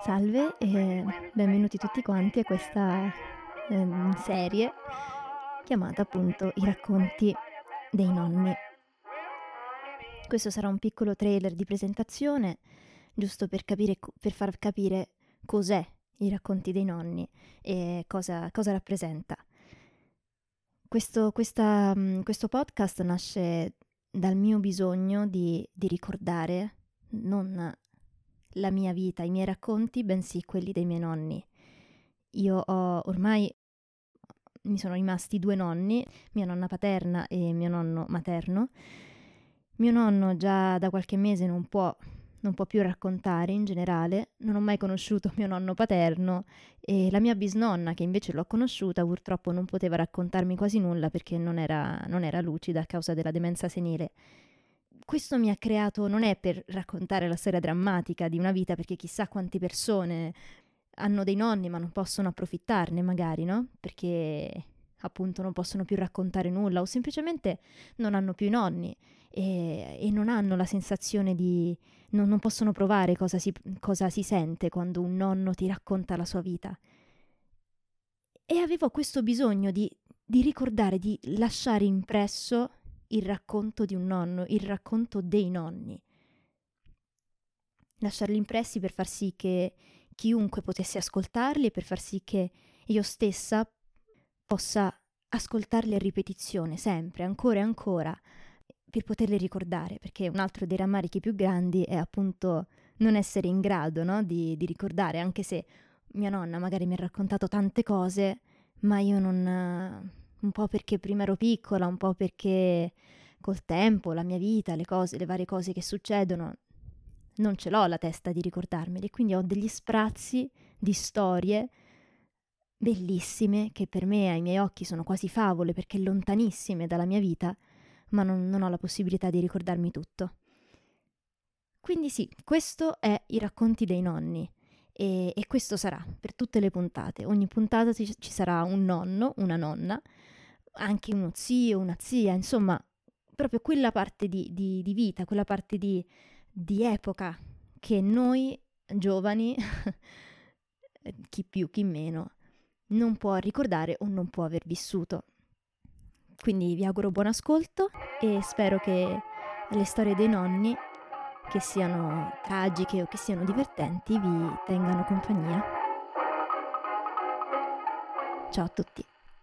Salve e benvenuti tutti quanti a questa serie chiamata appunto I racconti dei nonni. Questo sarà un piccolo trailer di presentazione, giusto per per far capire cos'è I racconti dei nonni e cosa rappresenta. Questo podcast nasce dal mio bisogno di ricordare non la mia vita, i miei racconti, bensì quelli dei miei nonni. Ormai mi sono rimasti due nonni, mia nonna paterna e mio nonno materno. Mio nonno già da qualche mese non può più raccontare in generale, non ho mai conosciuto mio nonno paterno e la mia bisnonna, che invece l'ho conosciuta, purtroppo non poteva raccontarmi quasi nulla perché non era lucida a causa della demenza senile. Questo mi ha creato, non è per raccontare la storia drammatica di una vita, perché chissà quante persone hanno dei nonni ma non possono approfittarne magari, no? Perché appunto non possono più raccontare nulla o semplicemente non hanno più i nonni e non hanno la sensazione di... non possono provare cosa si sente quando un nonno ti racconta la sua vita. E avevo questo bisogno di ricordare, di lasciare impresso il racconto di un nonno, il racconto dei nonni. Lasciarli impressi per far sì che chiunque potesse ascoltarli e per far sì che io stessa possa ascoltarli a ripetizione, sempre, ancora e ancora, per poterli ricordare, perché un altro dei rammarichi più grandi è appunto non essere in grado, no, di ricordare, anche se mia nonna magari mi ha raccontato tante cose, ma io non... un po' perché prima ero piccola, un po' perché col tempo, la mia vita, le cose, le varie cose che succedono, non ce l'ho la testa di ricordarmeli, e quindi ho degli sprazzi di storie bellissime che per me ai miei occhi sono quasi favole perché lontanissime dalla mia vita, ma non ho la possibilità di ricordarmi tutto. Quindi sì, questo è I racconti dei nonni e questo sarà per tutte le puntate. Ogni puntata ci sarà un nonno, una nonna, anche uno zio, una zia, insomma, proprio quella parte di vita, quella parte di epoca che noi giovani, chi più, chi meno, non può ricordare o non può aver vissuto. Quindi vi auguro buon ascolto e spero che le storie dei nonni, che siano tragiche o che siano divertenti, vi tengano compagnia. Ciao a tutti.